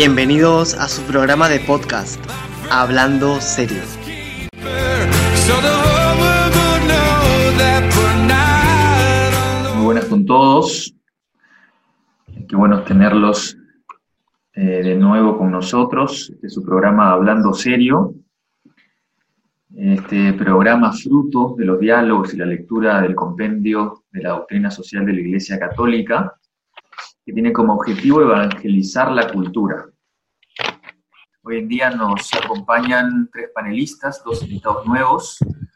Bienvenidos a su programa de podcast, Hablando Serio. Muy buenas con todos. Qué bueno tenerlos de nuevo con nosotros. Este es su programa Hablando Serio. Este programa fruto de los diálogos y la lectura del compendio de la doctrina social de la Iglesia Católica, que tiene como objetivo evangelizar la cultura. Hoy en día nos acompañan 3 panelistas, 2 invitados nuevos.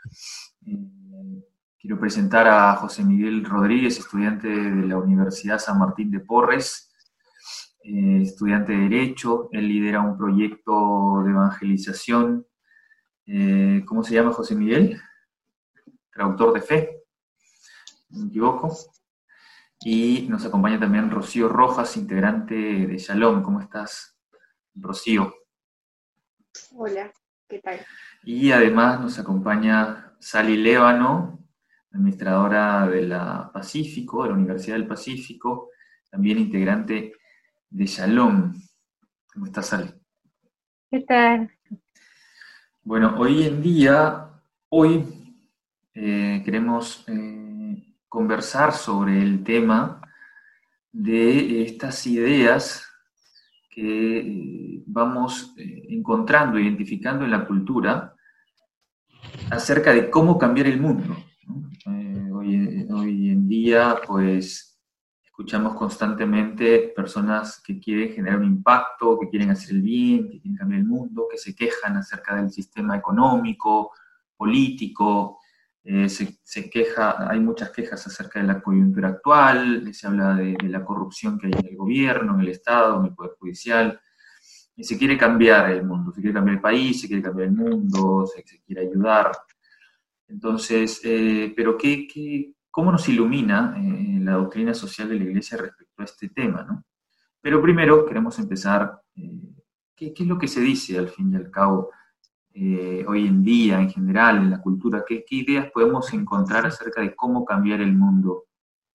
Quiero presentar a José Miguel Rodríguez, estudiante de la Universidad San Martín de Porres, estudiante de Derecho. Él lidera un proyecto de evangelización. ¿Cómo se llama, José Miguel? Traductor de fe, no me equivoco. Y nos acompaña también Rocío Rojas, integrante de Shalom. ¿Cómo estás, Rocío? Hola, ¿qué tal? Y además nos acompaña Sally Lévano, administradora de la Pacífico, de la Universidad del Pacífico, también integrante de Shalom. ¿Cómo estás, Sally? ¿Qué tal? Bueno, hoy queremos conversar sobre el tema de estas ideas que vamos encontrando, identificando en la cultura acerca de cómo cambiar el mundo, ¿no? Hoy en día, pues, escuchamos constantemente personas que quieren generar un impacto, que quieren hacer el bien, que quieren cambiar el mundo, que se quejan acerca del sistema económico, político. Hay muchas quejas acerca de la coyuntura actual, se habla de la corrupción que hay en el gobierno, en el Estado, en el Poder Judicial, y se quiere cambiar el mundo, se quiere cambiar el país, se quiere cambiar el mundo, se quiere ayudar. Entonces, pero ¿cómo nos ilumina la doctrina social de la Iglesia respecto a este tema, ¿no? Pero primero queremos empezar, ¿qué es lo que se dice al fin y al cabo hoy en día, en general, en la cultura? ¿Qué ideas podemos encontrar acerca de cómo cambiar el mundo?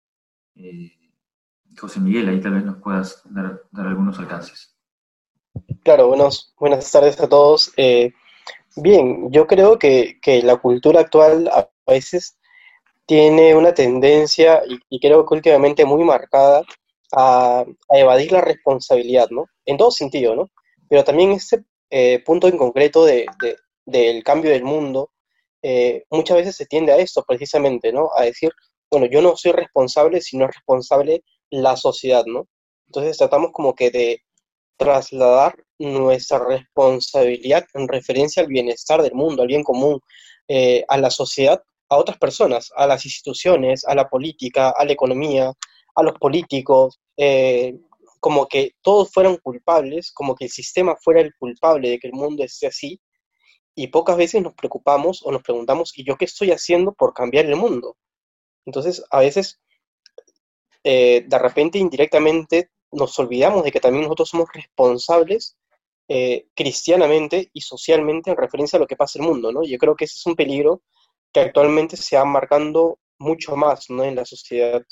José Miguel, ahí tal vez nos puedas dar algunos alcances. Claro, buenas tardes a todos. Bien, yo creo que la cultura actual a veces tiene una tendencia, y creo que últimamente muy marcada, a evadir la responsabilidad, ¿no? En todo sentido, ¿no? Pero también este punto en concreto del cambio del mundo, muchas veces se tiende a esto precisamente, ¿no? A decir, bueno, yo no soy responsable, sino es responsable la sociedad, ¿no? Entonces tratamos como que de trasladar nuestra responsabilidad en referencia al bienestar del mundo, al bien común, a la sociedad, a otras personas, a las instituciones, a la política, a la economía, a los políticos, como que todos fueran culpables, como que el sistema fuera el culpable de que el mundo esté así, y pocas veces nos preocupamos o nos preguntamos, ¿y yo qué estoy haciendo por cambiar el mundo? Entonces, a veces, de repente, indirectamente, nos olvidamos de que también nosotros somos responsables cristianamente y socialmente en referencia a lo que pasa en el mundo, ¿no? Yo creo que ese es un peligro que actualmente se va marcando mucho más, ¿no?, en la sociedad.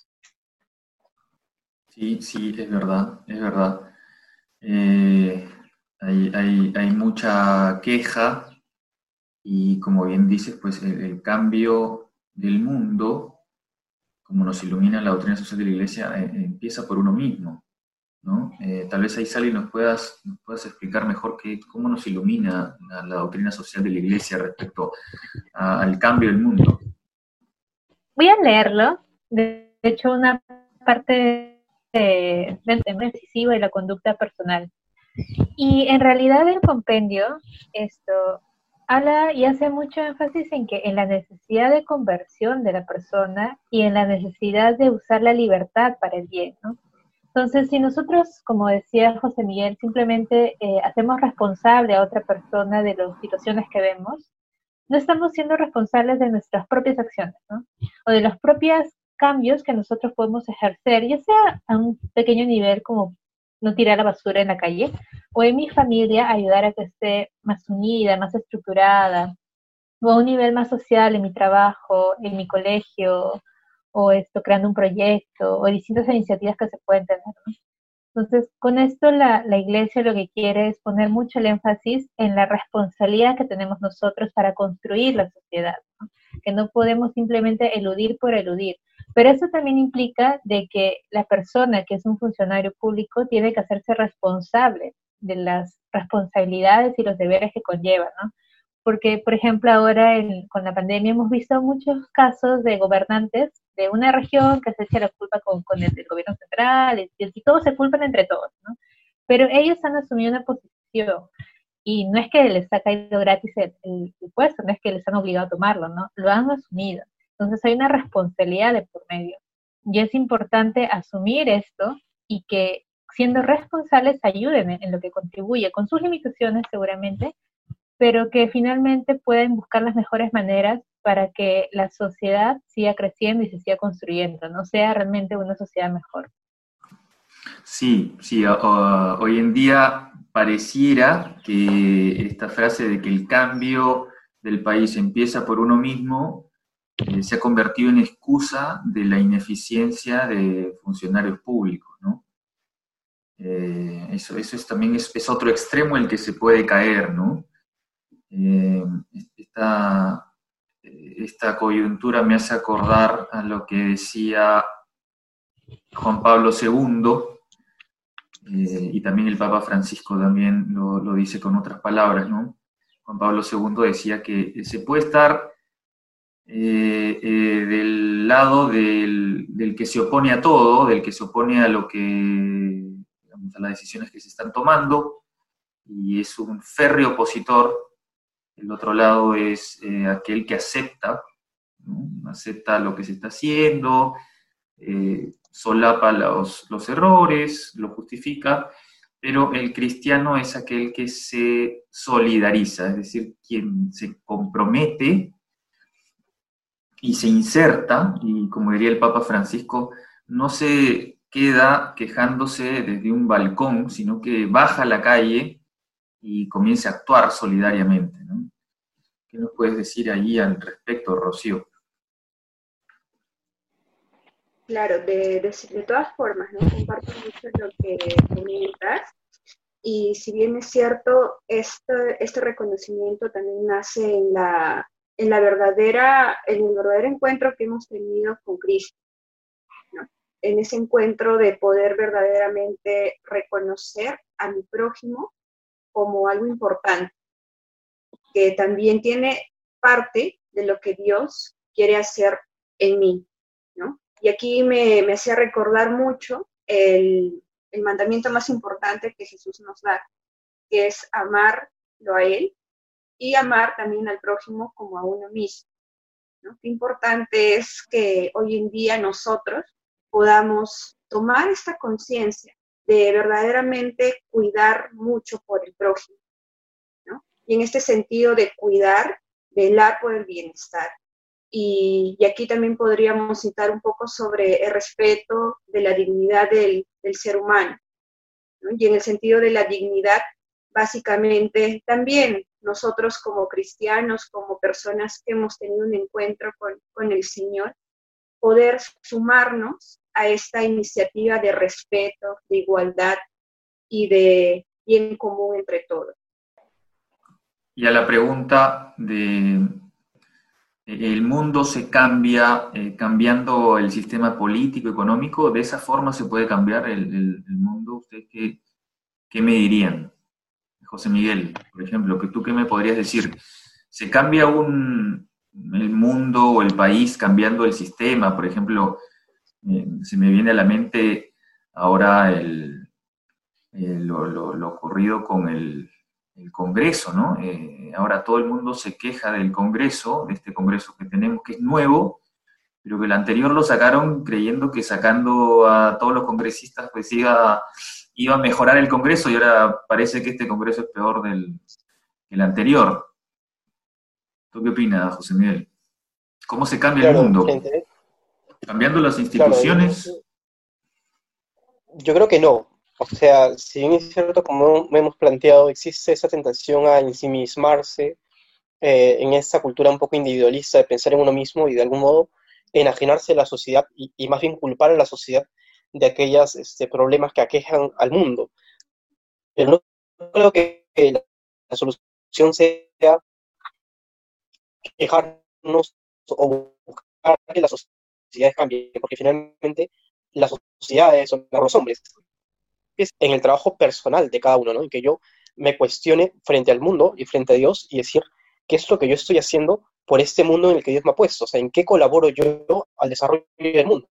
Sí, es verdad, es verdad. Hay mucha queja y, como bien dices, pues el cambio del mundo, como nos ilumina la doctrina social de la Iglesia, empieza por uno mismo, ¿no? Tal vez ahí, Sally, nos puedas explicar mejor cómo nos ilumina la doctrina social de la Iglesia respecto al cambio del mundo. Voy a leerlo. De hecho, una parte del tema decisivo de la conducta personal. Y en realidad el compendio habla y hace mucho énfasis en la necesidad de conversión de la persona y en la necesidad de usar la libertad para el bien, ¿no? Entonces, si nosotros, como decía José Miguel, simplemente hacemos responsable a otra persona de las situaciones que vemos, no estamos siendo responsables de nuestras propias acciones, ¿no? O de los propios cambios que nosotros podemos ejercer, ya sea a un pequeño nivel como no tirar la basura en la calle, o en mi familia ayudar a que esté más unida, más estructurada, o a un nivel más social en mi trabajo, en mi colegio, o creando un proyecto, o distintas iniciativas que se pueden tener, ¿no? Entonces, con esto la Iglesia lo que quiere es poner mucho el énfasis en la responsabilidad que tenemos nosotros para construir la sociedad, ¿no? Que no podemos simplemente eludir por eludir. Pero eso también implica de que la persona que es un funcionario público tiene que hacerse responsable de las responsabilidades y los deberes que conlleva, ¿no? Porque, por ejemplo, ahora con la pandemia hemos visto muchos casos de gobernantes de una región que se echa la culpa con el del gobierno central, y todos se culpan entre todos, ¿no? Pero ellos han asumido una posición, y no es que les ha caído gratis el puesto, no es que les han obligado a tomarlo, ¿no? Lo han asumido. Entonces hay una responsabilidad de por medio. Y es importante asumir esto y que siendo responsables ayuden en lo que contribuye, con sus limitaciones seguramente, pero que finalmente pueden buscar las mejores maneras para que la sociedad siga creciendo y se siga construyendo, ¿no? Sea realmente una sociedad mejor. Sí, sí, hoy en día pareciera que esta frase de que el cambio del país empieza por uno mismo se ha convertido en excusa de la ineficiencia de funcionarios públicos, ¿no? Eso también es otro extremo el que se puede caer, ¿no? Esta coyuntura me hace acordar a lo que decía Juan Pablo II, y también el Papa Francisco también lo dice con otras palabras, ¿no? Juan Pablo II decía que se puede estar del lado del que se opone a todo, del que se opone a lo que, digamos, a las decisiones que se están tomando, y es un férreo opositor. El otro lado es aquel que acepta, ¿no? Acepta lo que se está haciendo, solapa los errores, lo justifica, pero el cristiano es aquel que se solidariza, es decir, quien se compromete y se inserta, y como diría el Papa Francisco, no se queda quejándose desde un balcón, sino que baja a la calle y comienza a actuar solidariamente, ¿no? ¿Qué nos puedes decir ahí al respecto, Rocío? Claro, de todas formas, ¿no? Comparto mucho lo que comentas, y si bien es cierto, este reconocimiento también nace en el verdadero encuentro que hemos tenido con Cristo, ¿no? En ese encuentro de poder verdaderamente reconocer a mi prójimo como algo importante, que también tiene parte de lo que Dios quiere hacer en mí, ¿no? Y aquí me hacía recordar mucho el mandamiento más importante que Jesús nos da, que es amarlo a Él y amar también al prójimo como a uno mismo, ¿no? Qué importante es que hoy en día nosotros podamos tomar esta conciencia de verdaderamente cuidar mucho por el prójimo, ¿no? Y en este sentido de cuidar, velar por el bienestar. Y aquí también podríamos citar un poco sobre el respeto de la dignidad del ser humano, ¿no? Y en el sentido de la dignidad, básicamente también nosotros como cristianos, como personas que hemos tenido un encuentro con el Señor, poder sumarnos a esta iniciativa de respeto, de igualdad y de bien común entre todos. Y a la pregunta de ¿el mundo se cambia cambiando el sistema político, económico? ¿De esa forma se puede cambiar el mundo? ¿Ustedes qué me dirían? José Miguel, por ejemplo, ¿tú qué me podrías decir? ¿Se cambia el mundo o el país cambiando el sistema? Por ejemplo, se me viene a la mente ahora lo ocurrido con el Congreso, ¿no? Ahora todo el mundo se queja del Congreso, de este Congreso que tenemos, que es nuevo, pero que el anterior lo sacaron creyendo que sacando a todos los congresistas pues iba a mejorar el Congreso, y ahora parece que este Congreso es peor que el anterior. ¿Tú qué opinas, José Miguel? ¿Cómo se cambia el mundo? ¿Cambiando las instituciones? Claro, yo creo que no. O sea, si bien es cierto, como hemos planteado, existe esa tentación a ensimismarse en esa cultura un poco individualista de pensar en uno mismo y de algún modo enajenarse de la sociedad y más bien culpar a la sociedad de aquellos problemas que aquejan al mundo. Pero no creo que la solución sea quejarnos o buscar que las sociedades cambien, porque finalmente las sociedades son los hombres. Es en el trabajo personal de cada uno, ¿no? En que yo me cuestione frente al mundo y frente a Dios y decir, ¿qué es lo que yo estoy haciendo por este mundo en el que Dios me ha puesto? O sea, ¿en qué colaboro yo al desarrollo del mundo?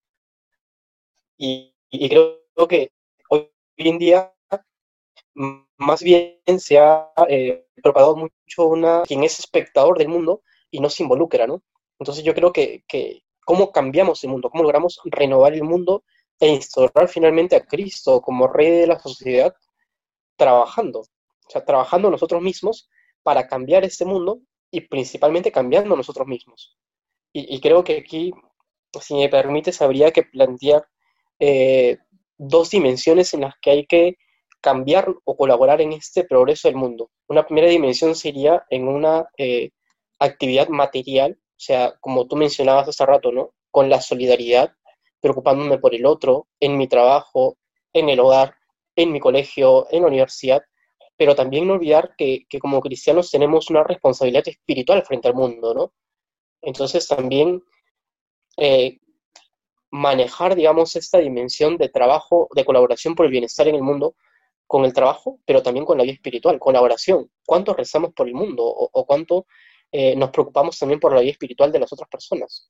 Y creo que hoy en día más bien se ha propagado mucho quien es espectador del mundo y no se involucra, ¿no? Entonces yo creo que cómo cambiamos el mundo, cómo logramos renovar el mundo e instaurar finalmente a Cristo como rey de la sociedad, trabajando, o sea, trabajando nosotros mismos para cambiar este mundo y principalmente cambiando nosotros mismos. Y creo que aquí, si me permites, habría que plantear dos dimensiones en las que hay que cambiar o colaborar en este progreso del mundo. Una primera dimensión sería en una actividad material, o sea, como tú mencionabas hace rato, ¿no? Con la solidaridad, preocupándome por el otro, en mi trabajo, en el hogar, en mi colegio, en la universidad, pero también no olvidar que como cristianos tenemos una responsabilidad espiritual frente al mundo, ¿no? Entonces también eh, manejar, digamos, esta dimensión de trabajo, de colaboración por el bienestar en el mundo, con el trabajo, pero también con la vida espiritual, con la oración. ¿Cuánto rezamos por el mundo o cuánto nos preocupamos también por la vida espiritual de las otras personas?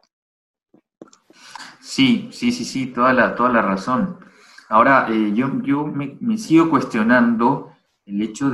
Sí, sí, sí, sí, toda la razón. Ahora, yo me sigo cuestionando el hecho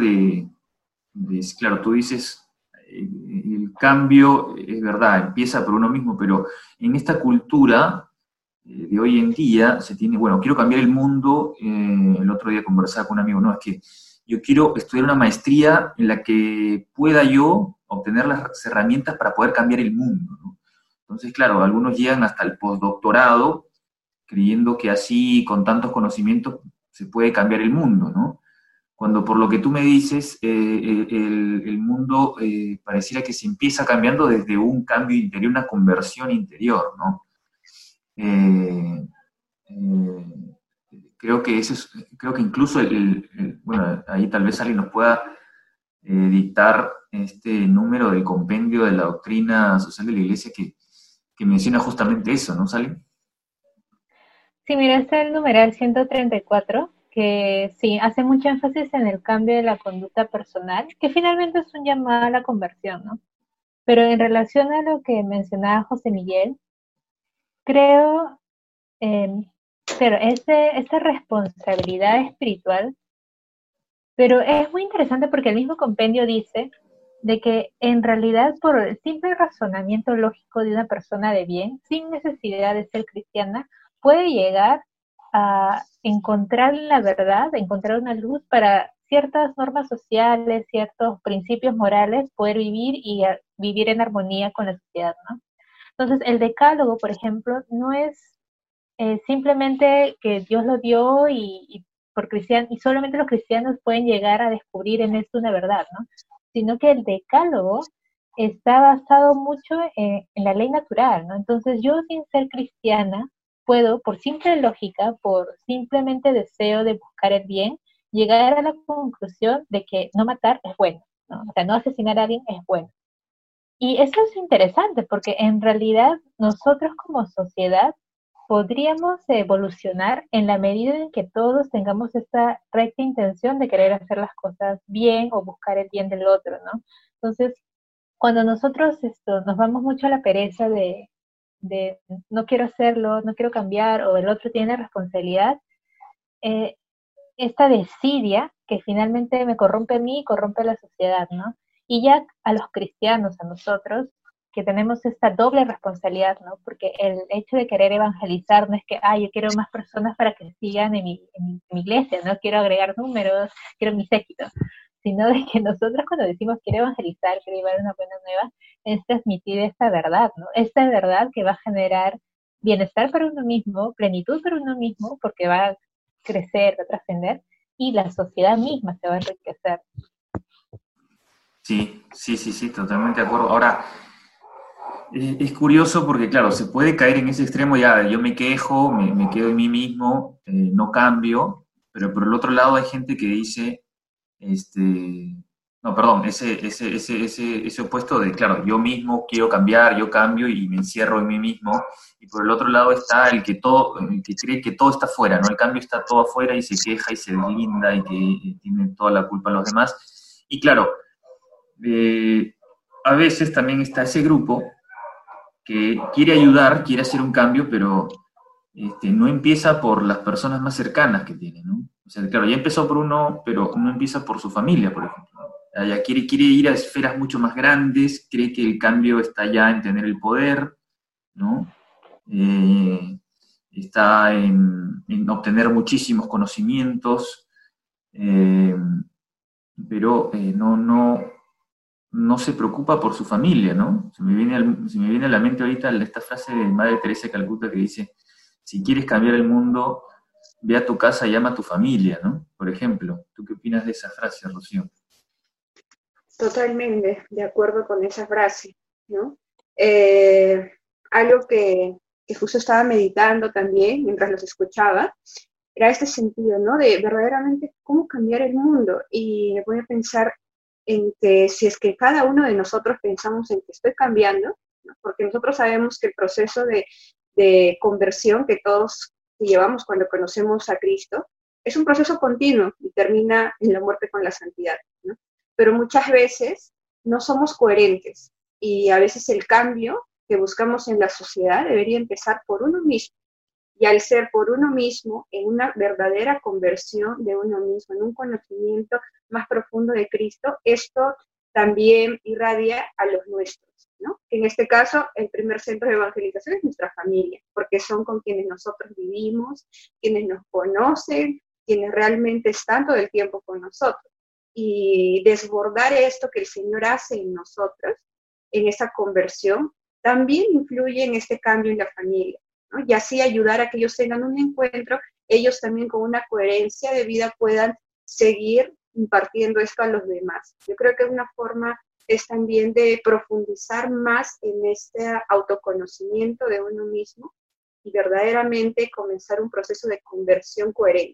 claro, tú dices, el cambio, es verdad, empieza por uno mismo, pero en esta cultura de hoy en día se tiene, bueno, quiero cambiar el mundo, el otro día conversaba con un amigo, no, es que yo quiero estudiar una maestría en la que pueda yo obtener las herramientas para poder cambiar el mundo, ¿no? Entonces, claro, algunos llegan hasta el postdoctorado creyendo que así, con tantos conocimientos, se puede cambiar el mundo, ¿no? Cuando por lo que tú me dices, el mundo pareciera que se empieza cambiando desde un cambio interior, una conversión interior, ¿no? Eh, eh, creo que creo que incluso bueno, ahí tal vez alguien nos pueda dictar este número del compendio de la doctrina social de la Iglesia que menciona justamente eso, ¿no, Sally? Sí, mira, está el numeral 134, que sí, hace mucho énfasis en el cambio de la conducta personal, que finalmente es un llamado a la conversión, ¿no? Pero en relación a lo que mencionaba José Miguel, creo, pero esa responsabilidad espiritual, pero es muy interesante porque el mismo compendio dice de que en realidad por el simple razonamiento lógico de una persona de bien, sin necesidad de ser cristiana, puede llegar a encontrar la verdad, encontrar una luz para ciertas normas sociales, ciertos principios morales, poder vivir y vivir en armonía con la sociedad, ¿no? Entonces, el decálogo, por ejemplo, no es simplemente que Dios lo dio y solamente los cristianos pueden llegar a descubrir en esto una verdad, ¿no? Sino que el decálogo está basado mucho en la ley natural, ¿no? Entonces yo sin ser cristiana puedo, por simple lógica, por simplemente deseo de buscar el bien, llegar a la conclusión de que no matar es bueno, ¿no? O sea, no asesinar a alguien es bueno. Y eso es interesante porque en realidad nosotros como sociedad podríamos evolucionar en la medida en que todos tengamos esta recta intención de querer hacer las cosas bien o buscar el bien del otro, ¿no? Entonces, cuando nosotros nos vamos mucho a la pereza de no quiero hacerlo, no quiero cambiar, o el otro tiene responsabilidad, eh, esta desidia que finalmente me corrompe a mí y corrompe a la sociedad, ¿no? Y ya a los cristianos, a nosotros, que tenemos esta doble responsabilidad, ¿no? Porque el hecho de querer evangelizar no es que, yo quiero más personas para que sigan en mi iglesia, ¿no? Quiero agregar números, quiero mi séquito, sino de que nosotros cuando decimos quiero evangelizar, quiero llevar una buena nueva, es transmitir esta verdad, ¿no? Esta verdad que va a generar bienestar para uno mismo, plenitud para uno mismo, porque va a crecer, va a trascender, y la sociedad misma se va a enriquecer. Sí, sí, sí, sí, totalmente de acuerdo. Ahora, Es curioso porque, claro, se puede caer en ese extremo, ya, yo me quejo, me quedo en mí mismo, no cambio, pero por el otro lado hay gente que dice, no, perdón, ese opuesto de, claro, yo mismo quiero cambiar, yo cambio y me encierro en mí mismo, y por el otro lado está el que cree que todo está afuera, ¿no? El cambio está todo afuera y se queja y se deslinda y que tiene toda la culpa a los demás. Y claro, a veces también está ese grupo que quiere ayudar, quiere hacer un cambio, pero no empieza por las personas más cercanas que tiene, ¿no? O sea, claro, ya empezó por uno, pero no empieza por su familia, por ejemplo. Ya quiere ir a esferas mucho más grandes, cree que el cambio está ya en tener el poder, ¿no? Está en obtener muchísimos conocimientos, pero no se preocupa por su familia, ¿no? Se me viene a la mente ahorita esta frase de Madre Teresa de Calcuta que dice, si quieres cambiar el mundo, ve a tu casa y llama a tu familia, ¿no? Por ejemplo, ¿tú qué opinas de esa frase, Rocío? Totalmente de acuerdo con esa frase, ¿no? Algo que justo estaba meditando también mientras los escuchaba, era este sentido, ¿no? De verdaderamente cómo cambiar el mundo. Y me voy a pensar en que si es que cada uno de nosotros pensamos en que estoy cambiando, ¿no? Porque nosotros sabemos que el proceso de conversión que todos llevamos cuando conocemos a Cristo es un proceso continuo y termina en la muerte con la santidad, ¿no? Pero muchas veces no somos coherentes y a veces el cambio que buscamos en la sociedad debería empezar por uno mismo. Y al ser por uno mismo, en una verdadera conversión de uno mismo, en un conocimiento más profundo de Cristo, esto también irradia a los nuestros, ¿no? En este caso, el primer centro de evangelización es nuestra familia, porque son con quienes nosotros vivimos, quienes nos conocen, quienes realmente están todo el tiempo con nosotros. Y desbordar esto que el Señor hace en nosotros, en esa conversión, también influye en este cambio en la familia, ¿no? Y así ayudar a que ellos tengan un encuentro, ellos también con una coherencia de vida puedan seguir impartiendo esto a los demás. Yo creo que una forma es también de profundizar más en este autoconocimiento de uno mismo y verdaderamente comenzar un proceso de conversión coherente.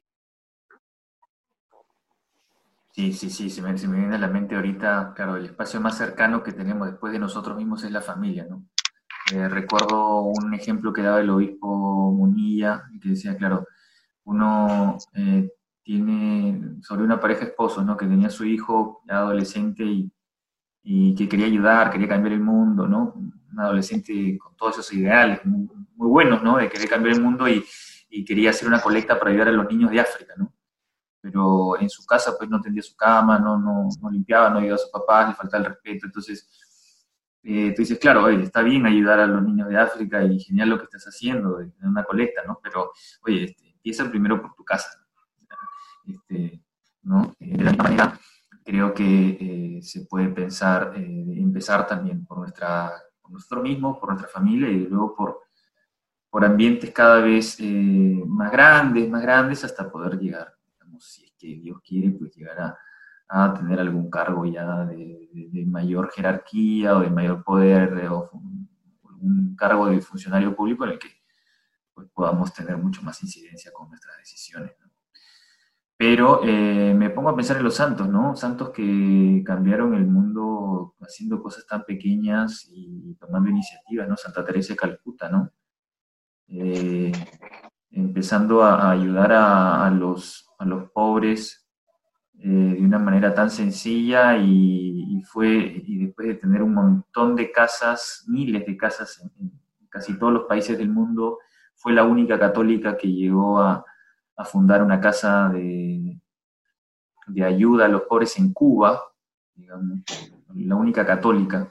Sí, se me viene a la mente ahorita, claro, el espacio más cercano que tenemos después de nosotros mismos es la familia, ¿no? Recuerdo un ejemplo que daba el obispo Munilla, que decía, claro, uno tiene sobre una pareja de esposos, ¿no? Que tenía su hijo ya adolescente y que quería ayudar, quería cambiar el mundo, ¿no? Un adolescente con todos esos ideales muy, muy buenos, ¿no? De querer cambiar el mundo y quería hacer una colecta para ayudar a los niños de África, ¿no? Pero en su casa pues no tendía su cama, no limpiaba, no ayudaba a sus papás, le faltaba el respeto, entonces tú dices, claro, oye, está bien ayudar a los niños de África y genial lo que estás haciendo, en una colecta, ¿no? Pero, oye, empieza primero por tu casa, ¿no? De la misma manera, creo que se puede pensar, empezar también por nosotros mismos, por nuestra familia y luego por ambientes cada vez más grandes, hasta poder llegar, digamos, si es que Dios quiere, pues llegar a tener algún cargo ya de mayor jerarquía o de mayor poder o un cargo de funcionario público en el que pues, podamos tener mucho más incidencia con nuestras decisiones, ¿no? Pero me pongo a pensar en los santos, ¿no? Santos que cambiaron el mundo haciendo cosas tan pequeñas y tomando iniciativas, ¿no? Santa Teresa de Calcuta, ¿no? Empezando a ayudar a los pobres de una manera tan sencilla y después de tener un montón de casas, miles de casas en casi todos los países del mundo, fue la única católica que llegó a fundar una casa de ayuda a los pobres en Cuba, digamos, la única católica.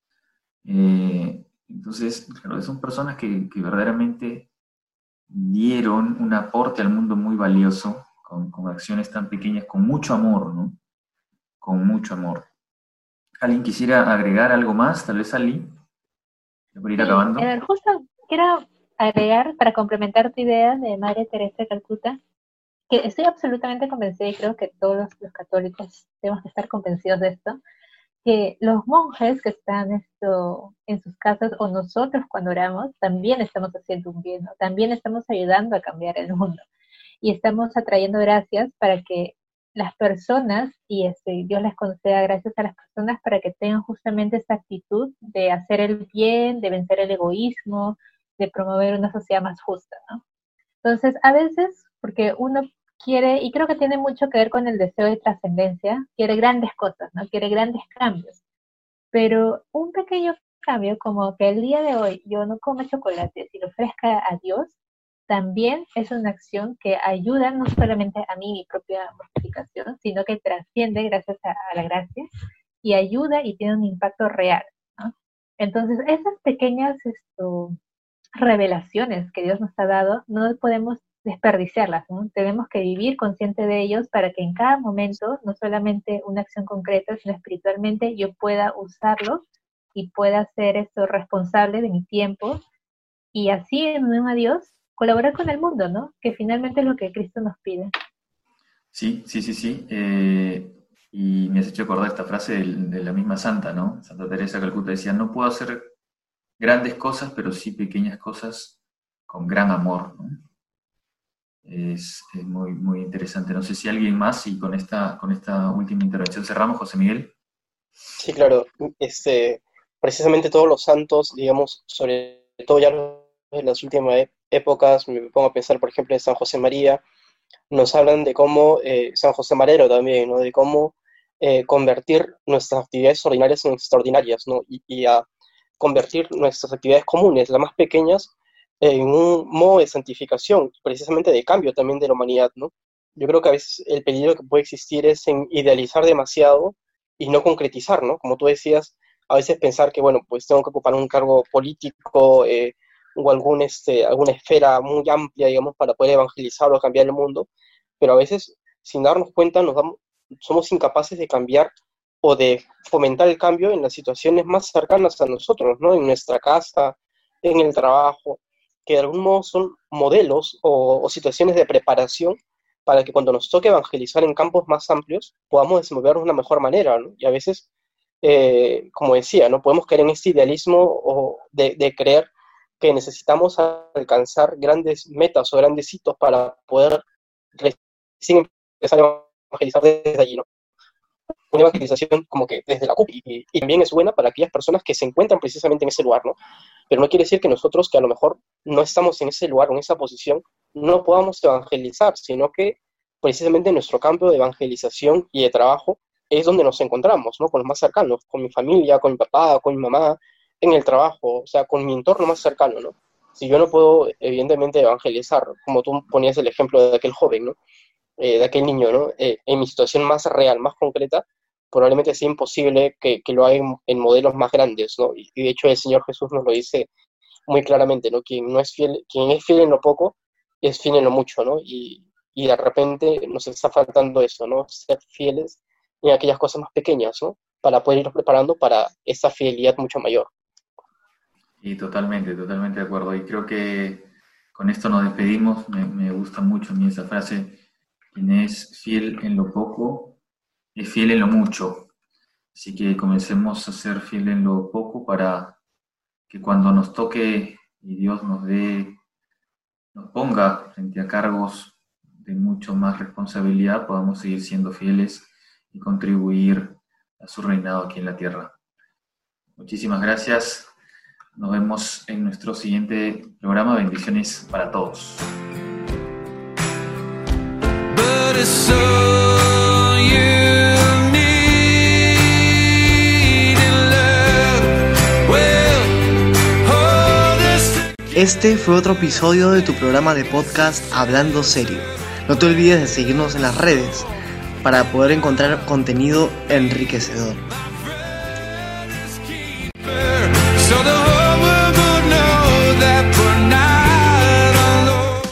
Entonces, claro, son personas que verdaderamente dieron un aporte al mundo muy valioso, con acciones tan pequeñas, con mucho amor, ¿no? Con mucho amor. ¿Alguien quisiera agregar algo más? Tal vez Ali, por ir acabando. Justo quiero agregar, para complementar tu idea de Madre Teresa de Calcuta, que estoy absolutamente convencida y creo que todos los católicos tenemos que estar convencidos de esto, que los monjes que están en sus casas o nosotros cuando oramos, también estamos haciendo un bien, ¿no? También estamos ayudando a cambiar el mundo y estamos atrayendo gracias para que las personas, y Dios les conceda gracias a las personas para que tengan justamente esa actitud de hacer el bien, de vencer el egoísmo, de promover una sociedad más justa, ¿no? Entonces, a veces, porque uno quiere, y creo que tiene mucho que ver con el deseo de trascendencia, quiere grandes cosas, ¿no? Quiere grandes cambios. Pero un pequeño cambio, como que el día de hoy yo no como chocolate, si lo ofrezca a Dios, también es una acción que ayuda no solamente a mí, mi propia mortificación, sino que trasciende gracias a la gracia y ayuda y tiene un impacto real, ¿no? Entonces, esas pequeñas revelaciones que Dios nos ha dado, no podemos desperdiciarlas, ¿no? Tenemos que vivir consciente de ellos para que en cada momento, no solamente una acción concreta, sino espiritualmente, yo pueda usarlo y pueda ser responsable de mi tiempo y así, en unión a Dios, colaborar con el mundo, ¿no? Que finalmente es lo que Cristo nos pide. Sí. Y me has hecho acordar esta frase de la misma santa, ¿no? Santa Teresa de Calcuta decía, no puedo hacer grandes cosas, pero sí pequeñas cosas con gran amor, ¿no? Es muy, muy interesante. No sé si alguien más, y con esta última intervención cerramos, José Miguel. Sí, claro. Precisamente todos los santos, digamos, sobre todo ya en las últimas épocas, me pongo a pensar, por ejemplo, en San José María, nos hablan de cómo, San José Marero también, ¿no? De cómo convertir nuestras actividades ordinarias en extraordinarias, ¿no? Y a convertir nuestras actividades comunes, las más pequeñas, en un modo de santificación, precisamente de cambio también de la humanidad, ¿no? Yo creo que a veces el peligro que puede existir es en idealizar demasiado y no concretizar, ¿no? Como tú decías, a veces pensar que, bueno, pues tengo que ocupar un cargo político o alguna esfera muy amplia, digamos, para poder evangelizar o cambiar el mundo, pero a veces, sin darnos cuenta, somos incapaces de cambiar o de fomentar el cambio en las situaciones más cercanas a nosotros, ¿no? En nuestra casa, en el trabajo, que de algún modo son modelos o situaciones de preparación para que cuando nos toque evangelizar en campos más amplios podamos desenvolvernos de una mejor manera, ¿no? Y a veces, como decía, no podemos caer en este idealismo de creer que necesitamos alcanzar grandes metas o grandes hitos para poder recién empezar a evangelizar desde allí, ¿no? Una evangelización como que desde la CUP y también es buena para aquellas personas que se encuentran precisamente en ese lugar, ¿no? Pero no quiere decir que nosotros, que a lo mejor no estamos en ese lugar o en esa posición, no podamos evangelizar, sino que precisamente nuestro campo de evangelización y de trabajo es donde nos encontramos, ¿no? Con los más cercanos, con mi familia, con mi papá, con mi mamá, en el trabajo, o sea, con mi entorno más cercano, ¿no? Si yo no puedo, evidentemente, evangelizar, como tú ponías el ejemplo de aquel joven, ¿no? De aquel niño, ¿no? En mi situación más real, más concreta, probablemente sea imposible que lo haga en modelos más grandes, ¿no? Y de hecho el Señor Jesús nos lo dice muy claramente, ¿no? Quien es fiel en lo poco, es fiel en lo mucho, ¿no? Y de repente nos está faltando eso, ¿no? Ser fieles en aquellas cosas más pequeñas, ¿no? Para poder irnos preparando para esa fidelidad mucho mayor. Y totalmente de acuerdo. Y creo que con esto nos despedimos. Me gusta mucho a mí esa frase. Quien es fiel en lo poco, es fiel en lo mucho. Así que comencemos a ser fiel en lo poco para que cuando nos toque y Dios nos ponga frente a cargos de mucho más responsabilidad, podamos seguir siendo fieles y contribuir a su reinado aquí en la tierra. Muchísimas gracias. Nos vemos en nuestro siguiente programa. Bendiciones para todos. Este fue otro episodio de tu programa de podcast Hablando Serio. No te olvides de seguirnos en las redes para poder encontrar contenido enriquecedor.